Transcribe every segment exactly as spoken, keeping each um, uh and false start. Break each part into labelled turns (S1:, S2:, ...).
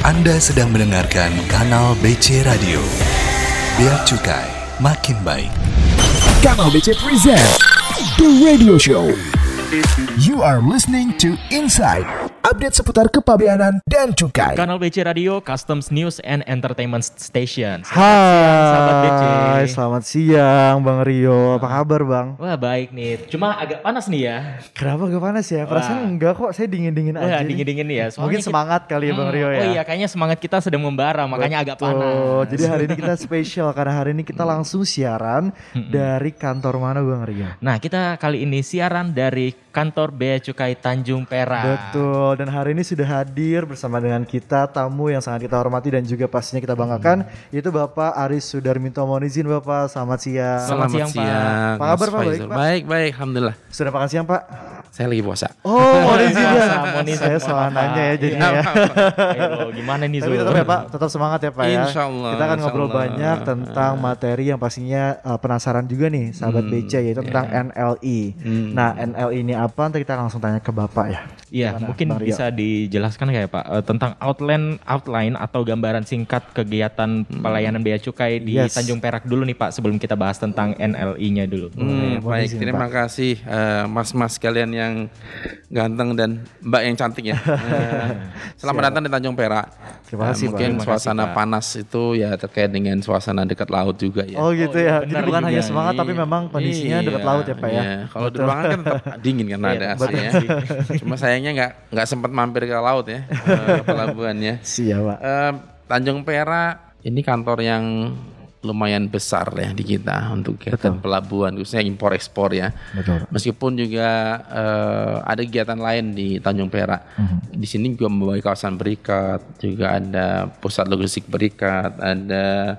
S1: Anda sedang mendengarkan Kanal B C Radio. Bea Cukai makin baik.
S2: Kanal B C present The Radio Show. You are listening to Inside, update seputar kepabeanan dan cukai.
S3: Kanal B C Radio, Customs News and Entertainment Station. Selamat
S4: Hai,
S3: siang, sahabat B C.
S4: Selamat siang Bang Rio. Apa kabar Bang?
S3: Wah baik nih, cuma agak panas nih ya.
S4: Kenapa gak panas ya? Perasaan
S3: Wah.
S4: enggak kok, saya dingin-dingin
S3: Wah
S4: aja.
S3: dingin-dingin nih ya. Soalnya
S4: Mungkin
S3: kita-
S4: semangat kali ya Bang
S3: Hmm,
S4: Rio ya.
S3: Oh iya, kayaknya semangat kita sedang membara, makanya agak
S4: Betul.
S3: panas.
S4: Jadi hari ini kita spesial karena hari ini kita langsung siaran dari kantor mana Bang Rio?
S3: Nah kita kali ini siaran dari kantor Bea Cukai Tanjung Perak.
S4: Betul, dan hari ini sudah hadir bersama dengan kita tamu yang sangat kita hormati dan juga pastinya kita banggakan, yaitu Bapak Aris Sudarminto. Mohon izin Bapak, selamat siang.
S3: Selamat siang, Pak.
S4: Apa kabar, Pak?
S5: Mas
S4: Baik,
S5: Faisal.
S4: Pak?
S5: Baik, baik, alhamdulillah.
S4: Sudah makan siang Pak?
S5: Saya lagi puasa.
S4: Oh, mohon izin ya.
S3: Puasa, mohon izin,
S4: Saya
S3: mohon
S4: salah
S3: maaf,
S4: nanya ya
S3: Pak.
S4: jadinya
S3: Iya.
S4: ya.
S3: Ayo, gimana nih
S4: Tapi
S3: Zul?
S4: tetap ya Pak, tetap semangat ya Pak ya.
S5: Insya Allah,
S4: Kita akan
S5: insya
S4: ngobrol
S5: Allah.
S4: banyak tentang materi yang pastinya uh, penasaran juga nih sahabat B C, yaitu tentang N L I. Nah N L I ini apa? Nanti kita langsung tanya ke Bapak ya.
S3: Iya,
S4: Gimana,
S3: mungkin
S4: Bang Rio?
S3: bisa dijelaskan kayak Pak eh, tentang outline outline atau gambaran singkat kegiatan pelayanan bea cukai di
S4: Yes.
S3: Tanjung Perak dulu nih Pak, sebelum kita bahas tentang N L I-nya dulu.
S5: Hmm,
S4: boleh
S5: baik,
S4: izin,
S5: terima kasih eh, mas-mas kalian yang ganteng dan mbak yang cantik ya. Eh, Selamat datang di Tanjung Perak.
S4: Terima kasih,
S5: Eh, Mungkin
S4: Pak.
S3: Terima
S5: suasana
S3: kasih, Pak.
S5: panas itu ya terkait dengan suasana dekat laut juga ya.
S4: Oh gitu
S3: Oh,
S4: ya.
S3: iya,
S4: Jadi
S3: benar
S4: bukan
S3: juga.
S4: hanya semangat
S5: Iya.
S4: tapi memang kondisinya
S5: Iya,
S4: dekat laut ya Pak ya.
S5: iya. Kalau di ruangan kan tetap dingin karena
S3: Iya,
S5: ada
S3: betul
S5: A C-nya.
S3: sih.
S5: Cuma sayangnya nggak nggak sempat mampir ke laut ya, eh, ke pelabuhannya.
S4: Siap Pak.
S5: Eh, Tanjung Perak ini kantor yang lumayan besar ya di kita untuk kegiatan pelabuhan khususnya impor ekspor ya.
S4: Betul.
S5: Meskipun juga eh, ada kegiatan lain di Tanjung Perak. Di sini juga membawa kawasan berikat, juga ada pusat logistik berikat, ada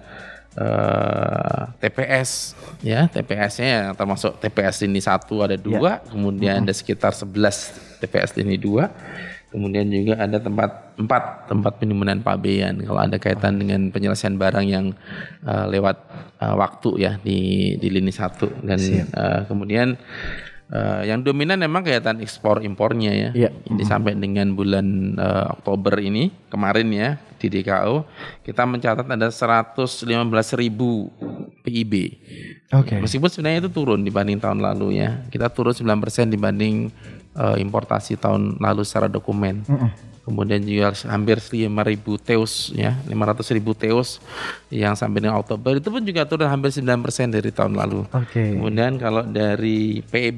S5: eh, T P S ya, T P S-nya termasuk T P S Lini satu ada dua, kemudian ada sekitar sebelas T P S Lini dua. Kemudian juga ada tempat empat tempat penimbunan pabean kalau ada kaitan dengan penyelesaian barang yang uh, lewat uh, waktu ya di di lini satu dan uh, kemudian uh, yang dominan memang kegiatan ekspor impornya ya.
S4: Iya.
S5: Ini sampai dengan bulan uh, Oktober ini kemarin ya di D K O kita mencatat ada seratus lima belas ribu P I B.
S4: Oke.
S5: Meskipun sebenarnya itu turun dibanding tahun lalu ya. Kita turun sembilan persen dibanding uh, importasi tahun lalu secara dokumen. Kemudian juga hampir lima ribu teus ya, lima ratus ribu teus yang sampai dengan Oktober itu pun juga turun hampir sembilan persen dari tahun lalu.
S4: Oke.
S5: Kemudian kalau dari P E B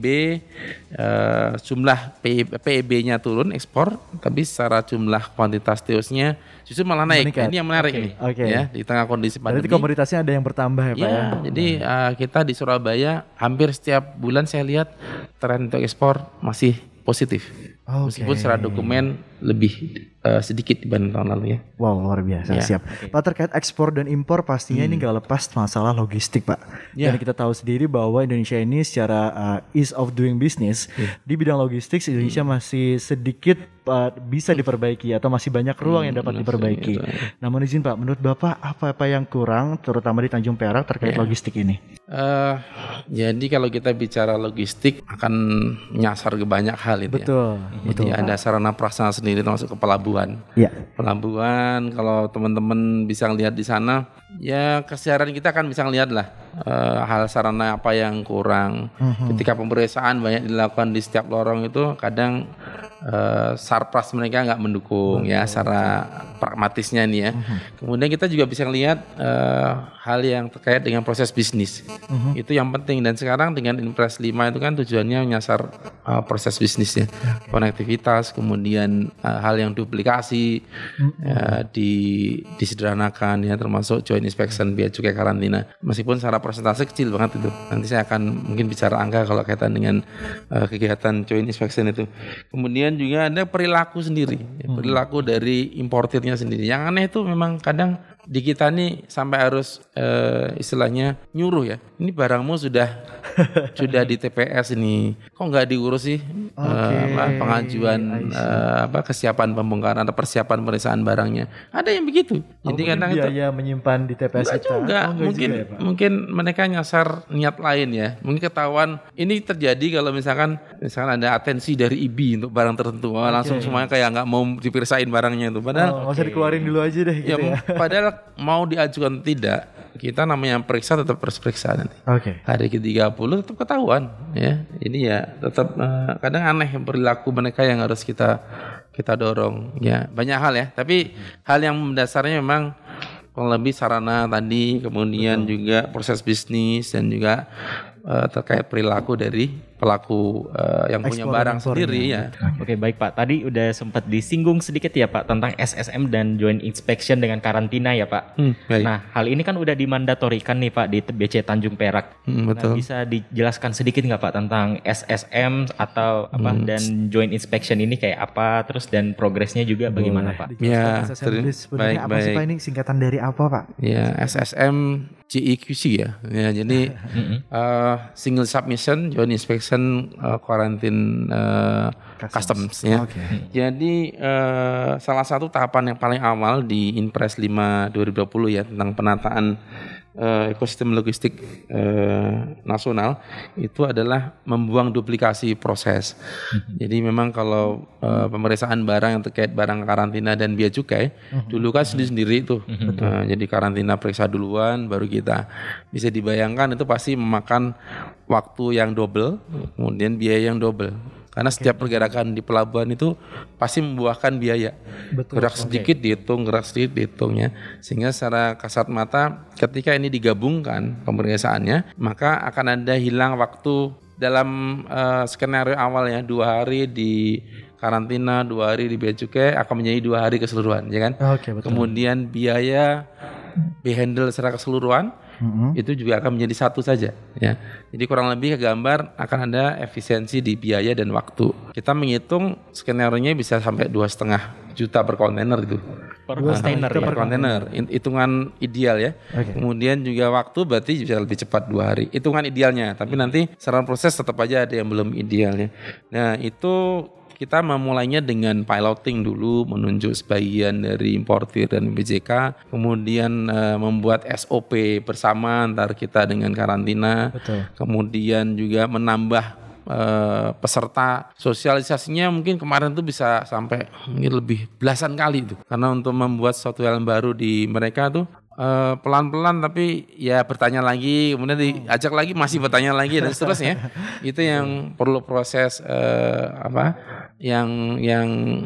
S5: uh, jumlah P E B-nya turun ekspor, tapi secara jumlah kuantitas teusnya justru malah naik.
S4: Meningkat.
S5: Ini yang menarik
S4: Oke.
S5: nih
S4: Oke.
S5: ya di tengah kondisi pandemi.
S4: Berarti komoditasnya ada yang bertambah ya Pak ya.
S5: Ya, jadi uh, kita di Surabaya hampir setiap bulan saya lihat tren untuk ekspor masih positif.
S4: Oke.
S5: Meskipun secara dokumen lebih uh, sedikit dibanding tahun lalu ya.
S4: Wow, luar biasa.
S5: Ya.
S4: Siap. Pak, terkait ekspor dan impor pastinya ini nggak lepas masalah logistik Pak.
S5: Ya.
S4: Dan kita tahu sendiri bahwa Indonesia ini secara uh, ease of doing business di bidang logistik Indonesia masih sedikit uh, bisa diperbaiki atau masih banyak ruang yang dapat
S5: masih,
S4: diperbaiki.
S5: betul.
S4: Namun izin Pak, menurut Bapak apa-apa yang kurang terutama di Tanjung Perak terkait
S5: Ya.
S4: logistik ini?
S5: Uh, jadi kalau kita bicara logistik akan menyasar ke banyak hal itu ya.
S4: Betul,
S5: Jadi
S4: betul.
S5: ada sarana prasarana sendiri termasuk ke pelabuhan.
S4: Ya.
S5: Pelabuhan kalau teman-teman bisa lihat di sana ya keseharian kita akan bisa lihat lah eh, hal sarana apa yang kurang. Ketika pemeriksaan banyak dilakukan di setiap lorong itu kadang eh, sarpras mereka nggak mendukung ya secara pragmatisnya ini ya. Kemudian kita juga bisa lihat eh, hal yang terkait dengan proses bisnis. Itu yang penting dan sekarang dengan Impres lima itu kan tujuannya menyasar eh, proses bisnisnya. Konektivitas, kemudian eh, hal yang duplikasi ya, di disederhanakan ya termasuk joint inspection bea cukai karantina. Meskipun secara persentase kecil banget itu. Nanti saya akan mungkin bicara angka kalau kaitan dengan uh, kegiatan joint inspection itu. Kemudian juga ada perilaku sendiri, ya, perilaku dari importirnya sendiri. Yang aneh itu memang kadang di kita nih sampai harus uh, istilahnya nyuruh ya. Ini barangmu sudah sudah di T P S ini, kok nggak diurus sih okay. uh, apa, pengajuan uh, apa kesiapan pembongkaran atau persiapan pemeriksaan barangnya? Ada yang begitu.
S4: Oh,
S5: jadi kadang itu
S4: biaya menyimpan di T P S kita.
S5: Juga.
S4: Oh,
S5: mungkin
S4: juga ya,
S5: mungkin mereka nyasar niat lain ya. Mungkin ketahuan ini terjadi kalau misalkan misalkan ada atensi dari I B untuk barang tertentu, oh, langsung
S4: okay.
S5: semuanya kayak nggak mau diperisain barangnya itu. Padahal
S4: nggak oh, okay. usah dikeluarin dulu aja deh. Gitu
S5: ya,
S4: ya.
S5: Padahal mau diajukan tidak, kita namanya periksa tetap harus periksa nanti.
S4: Oke. Okay.
S5: Hari ke tiga puluh tetap ketahuan ya. Ini ya tetap uh, kadang aneh perilaku mereka yang harus kita kita dorong ya. Banyak hal ya, tapi hal yang mendasarnya memang kurang lebih sarana tadi, kemudian Betul. juga proses bisnis dan juga uh, terkait perilaku dari pelaku uh, yang punya
S4: Ekspor
S5: barang sendiri ya.
S3: Oke, baik Pak. Tadi udah sempat disinggung sedikit ya Pak tentang S S M dan joint inspection dengan karantina ya Pak.
S5: Hmm,
S3: nah, hal ini kan udah dimandatorikan nih Pak di B C Tanjung Perak.
S5: Hmm, betul.
S3: Nah, bisa dijelaskan sedikit nggak Pak tentang S S M atau apa hmm. dan joint inspection ini kayak apa, terus dan progresnya juga Boleh. bagaimana Pak?
S5: Ya,
S4: terus sebenarnya apa sih Pak, ini singkatan dari apa Pak?
S5: Ya, S S M G E Q C ya. Ya, jadi uh, single submission, joint inspection, uh, quarantine uh, customs. customs ya. Okay. Jadi uh, salah satu tahapan yang paling awal di Inpres lima dua ribu dua puluh ya tentang penataan uh, ekosistem logistik uh, nasional itu adalah membuang duplikasi proses. Jadi memang kalau uh, pemeriksaan barang yang terkait barang karantina dan bea cukai dulu kan sendiri-sendiri itu. Uh, jadi karantina periksa duluan baru kita. Bisa dibayangkan itu pasti memakan waktu yang double, kemudian biaya yang double. Karena setiap pergerakan di pelabuhan itu pasti membuahkan biaya. Betul. Gerak sedikit okay. dihitung, gerak sedikit dihitungnya. Sehingga secara kasat mata ketika ini digabungkan pemeriksaannya, maka akan ada hilang waktu dalam uh, skenario awal ya, dua hari di karantina, dua hari di bea cukai akan menjadi dua hari keseluruhan, ya kan? Okay, betul. Kemudian biaya dihandle secara keseluruhan mm-hmm. itu juga akan menjadi satu saja ya. Jadi kurang lebih kegambar akan ada efisiensi di biaya dan waktu. Kita menghitung skenario-nya bisa sampai dua setengah juta per kontainer itu.
S3: Per kontainer ya.
S5: Per kontainer. Hitungan ideal ya. Okay. Kemudian juga waktu berarti bisa lebih cepat dua hari. Hitungan idealnya. Tapi nanti secara proses tetap aja ada yang belum idealnya. Nah itu kita memulainya dengan piloting dulu, menunjuk sebagian dari importir dan B J K, kemudian uh, membuat S O P bersama antar kita dengan karantina, Betul. kemudian juga menambah uh, peserta, sosialisasinya mungkin kemarin tuh bisa sampai mungkin lebih belasan kali itu, karena untuk membuat suatu hal baru di mereka tuh Uh, pelan-pelan tapi ya bertanya lagi, kemudian diajak lagi masih bertanya lagi dan seterusnya. Itu yang perlu proses uh, apa yang yang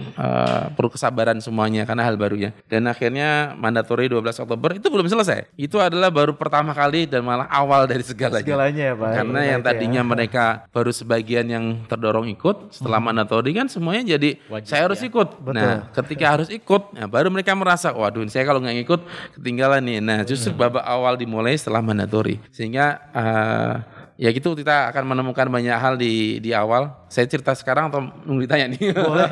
S5: uh, perlu kesabaran semuanya karena hal barunya. Dan akhirnya mandatori dua belas Oktober itu belum selesai. Itu adalah baru pertama kali dan malah awal dari segalanya. Segalanya ya Pak. Karena ya, yang tadinya ya. mereka baru sebagian yang terdorong ikut, setelah hmm. mandatori kan semuanya jadi Wajib, saya harus ya. ikut. Betul. Nah, ketika harus ikut, nah baru mereka merasa waduh saya kalau nggak ikut ketinggalan nih. Nah justru babak awal dimulai setelah mandatori. Sehingga uh, ya gitu kita akan menemukan banyak hal di di awal. Saya cerita sekarang atau nunggu ditanya nih? Boleh.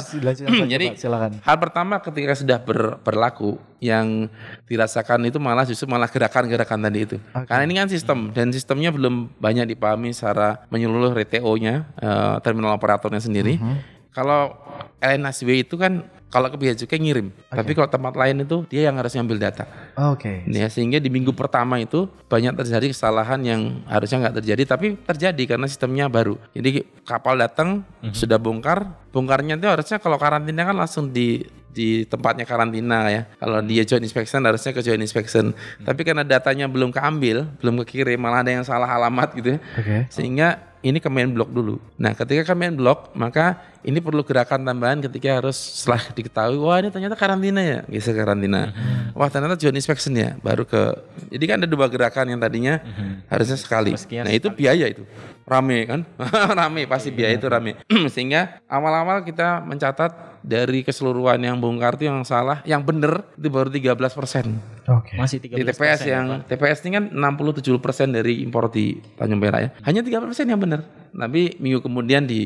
S5: Jadi silakan. Hal pertama ketika sudah ber, berlaku yang dirasakan itu malah justru malah gerakan-gerakan tadi itu. Okay. Karena ini kan sistem dan sistemnya belum banyak dipahami secara menyeluruh R T O-nya, uh, terminal operatornya sendiri. Uh-huh. Kalau L N S W itu kan kalau ke bea cukai ngirim, okay. tapi kalau tempat lain itu dia yang harus ngambil data. Oke. Okay. Ya, sehingga di minggu pertama itu banyak terjadi kesalahan yang harusnya nggak terjadi, tapi terjadi karena sistemnya baru. Jadi kapal datang mm-hmm. sudah bongkar, bongkarnya itu harusnya kalau karantina kan langsung di di tempatnya karantina ya. Kalau dia joint inspection harusnya ke joint inspection. Mm-hmm. Tapi karena datanya belum keambil, belum kekirim, malah ada yang salah alamat gitu ya. Okay. Sehingga ini ke main block dulu. Nah, ketika ke main block, maka ini perlu gerakan tambahan ketika harus setelah diketahui, wah ini ternyata karantina ya, geser karantina. Mm-hmm. Wah ternyata joint inspection ya, baru ke. Jadi kan ada dua gerakan yang tadinya mm-hmm. harusnya sekali. Meskian nah sekali. Itu biaya itu, rame kan, rame pasti biaya itu rame. Sehingga awal-awal kita mencatat dari keseluruhan yang bongkar itu yang salah, yang benar itu baru tiga belas persen. Oke. Masih tiga belas persen. Di T P S yang ya, T P S ini kan enam puluh tujuh puluh persen dari impor di Tanjung Perak ya. Hanya tiga puluh persen yang benar. Tapi minggu kemudian di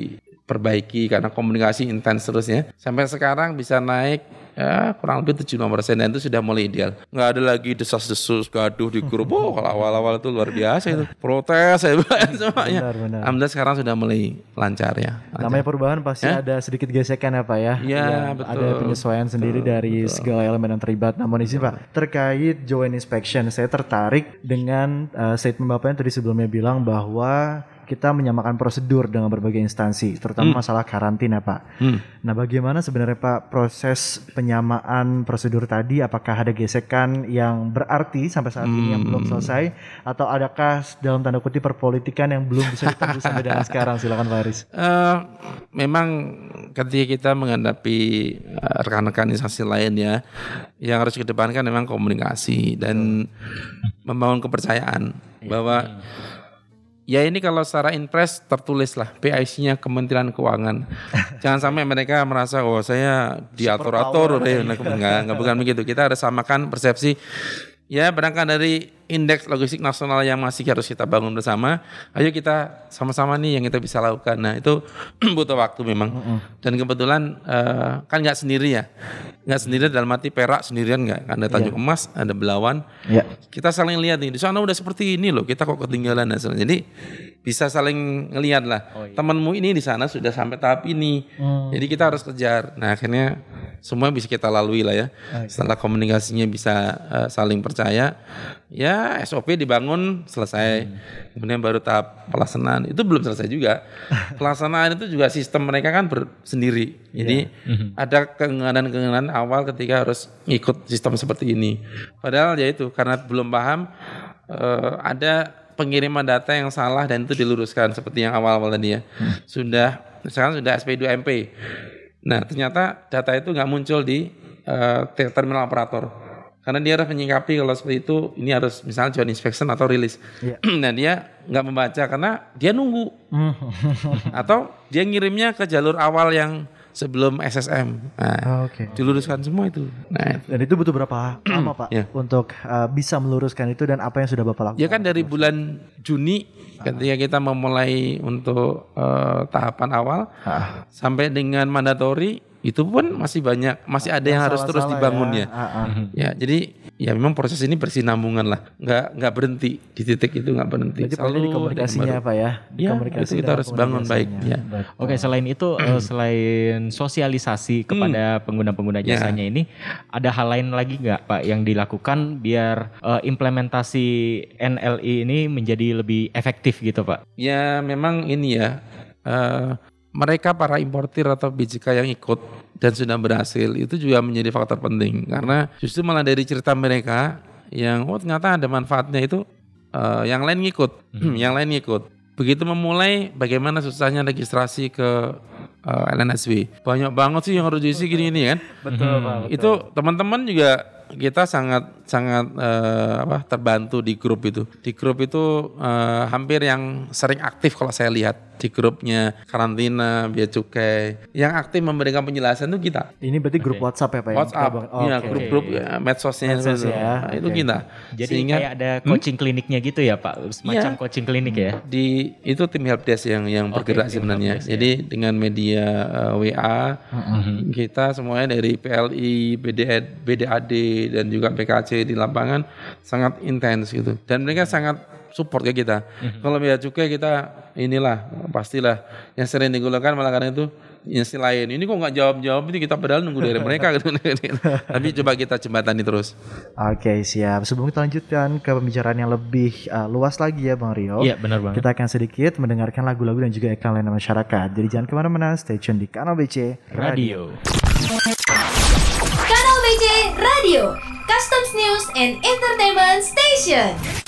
S5: diperbaiki karena komunikasi intens terus ya. Sampai sekarang bisa naik ya kurang lebih tujuh puluh lima persen dan itu sudah mulai ideal. Nggak ada lagi desas-desus gaduh di grup. Oh kalau awal-awal itu luar biasa itu. Protes ya semuanya. Alhamdulillah sekarang sudah mulai lancar ya. Lancar.
S4: Namanya perubahan pasti ya? Ada sedikit gesekan ya Pak ya.
S5: Iya betul.
S4: Ada penyesuaian sendiri betul, dari betul. segala elemen yang terlibat. Namun di sini Pak, terkait joint inspection saya tertarik dengan uh, statement Bapak yang tadi sebelumnya bilang bahwa kita menyamakan prosedur dengan berbagai instansi, terutama hmm. masalah karantina Pak. Hmm. Nah bagaimana sebenarnya Pak proses penyamaan prosedur tadi? Apakah ada gesekan yang berarti sampai saat hmm. ini yang belum selesai? Atau adakah dalam tanda kutip perpolitikan yang belum bisa ditembus sampai dengan sekarang? Silakan Pak Haris.
S5: Uh, memang ketika kita menghadapi uh, rekan-rekan instansi lain ya, yang harus dikedepankan memang komunikasi dan membangun kepercayaan bahwa ya ini kalau secara impres tertulis lah P I C-nya Kementerian Keuangan. Jangan sampai mereka merasa oh saya diatur-atur deh. Enggak, enggak bukan begitu. Kita harus samakan persepsi. Ya berangkat dari indeks logistik nasional yang masih harus kita bangun bersama. Ayo kita sama-sama nih yang kita bisa lakukan. Nah itu butuh waktu memang. Dan kebetulan uh, kan nggak sendiri ya. Nggak sendiri dalam arti Perak sendirian nggak. Ada Tanjung yeah. Emas, ada Belawan. Yeah. Kita saling lihat nih. Di sana udah seperti ini loh. Kita kok ketinggalan. Nah, jadi bisa saling ngelihat lah. Oh, iya. Temanmu ini di sana sudah sampai tahap ini. Hmm. Jadi kita harus kejar. Nah akhirnya semua bisa kita lalui lah ya. Okay. Setelah komunikasinya bisa uh, saling percaya. Ya S O P dibangun selesai. Hmm. Kemudian baru tahap pelaksanaan. Itu belum selesai juga. Pelaksanaan itu juga sistem mereka kan bersendiri. Jadi yeah. ada kengaganan-kengaganan awal ketika harus ikut sistem seperti ini. Padahal ya itu karena belum paham uh, ada pengiriman data yang salah dan itu diluruskan seperti yang awal-awal tadi ya. Hmm. Sudah sekarang sudah S P dua M P. Nah, ternyata data itu nggak muncul di uh, terminal operator. Karena dia harus menyikapi kalau seperti itu ini harus misalnya joint inspection atau rilis. Yeah. Nah, dia nggak membaca karena dia nunggu. Atau dia ngirimnya ke jalur awal yang sebelum S S M. Nah, oh, okay. diluruskan semua itu. Nah,
S4: dan itu butuh berapa lama Pak yeah. untuk uh, bisa meluruskan itu dan apa yang sudah Bapak lakukan?
S5: Ya kan dari bulan Juni ketika kita memulai untuk uh, tahapan awal ah. sampai dengan mandatori itu pun masih banyak, masih ada yang, yang harus terus dibangun ya. Ya. Ah, ah. Ya, jadi ya memang proses ini bersinambungan lah, nggak nggak berhenti di titik itu nggak berhenti.
S4: Jadi selalu di komunikasinya apa ya? Di
S5: ya,
S4: komunikasi
S5: itu kita harus bangun baik. Ya.
S3: Oke, selain itu uh, selain sosialisasi kepada hmm. pengguna-pengguna jasanya ya. Ini, ada hal lain lagi nggak Pak yang dilakukan biar uh, implementasi N L I ini menjadi lebih efektif gitu Pak?
S5: Ya memang ini ya. Uh, mereka para importir atau B J K yang ikut dan sudah berhasil itu juga menjadi faktor penting karena justru malah dari cerita mereka yang oh ternyata ada manfaatnya itu uh, yang lain ngikut, hmm. yang lain ngikut. Begitu memulai bagaimana susahnya registrasi ke uh, L N S W. Banyak banget sih yang harus diisi gini-gini kan.
S4: Betul, hmm. Pak. Betul.
S5: Itu teman-teman juga kita sangat sangat uh, apa terbantu di grup itu. Di grup itu uh, hampir yang sering aktif kalau saya lihat di grupnya karantina, bea cukai. Yang aktif memberikan penjelasan itu kita.
S4: Ini berarti grup okay. WhatsApp ya Pak?
S5: WhatsApp, oh, ya okay. grup-grup ya, medsosnya
S4: Medsos
S5: itu,
S4: ya.
S5: Nah, itu
S4: okay.
S5: kita.
S3: Jadi
S5: sehingga,
S3: kayak ada coaching hmm? kliniknya gitu ya Pak, semacam ya, coaching klinik ya.
S5: Di itu tim helpdesk yang yang okay, bergerak sebenarnya. Desk, Jadi ya. dengan media uh, W A mm-hmm. kita semuanya dari P L I, B D A D dan juga P K C di lapangan sangat intens gitu. Dan mereka sangat support ke kita. Mm-hmm. Kalau bea cukai kita inilah pastilah yang sering digunakan malah karena itu instansi lain. Ini kok nggak jawab-jawab itu kita padahal nunggu dari mereka gitu. Tapi coba kita jembatani terus.
S4: Oke, siap. Sebelum kita lanjutkan ke pembicaraan yang lebih uh, luas lagi ya Bang Rio.
S3: Iya, benar banget.
S4: Kita akan sedikit mendengarkan lagu-lagu dan juga iklan layanan masyarakat. Jadi jangan kemana-mana, stay tune di Kanal B C Radio.
S6: Kanal B C Radio, Customs News and Entertainment Station.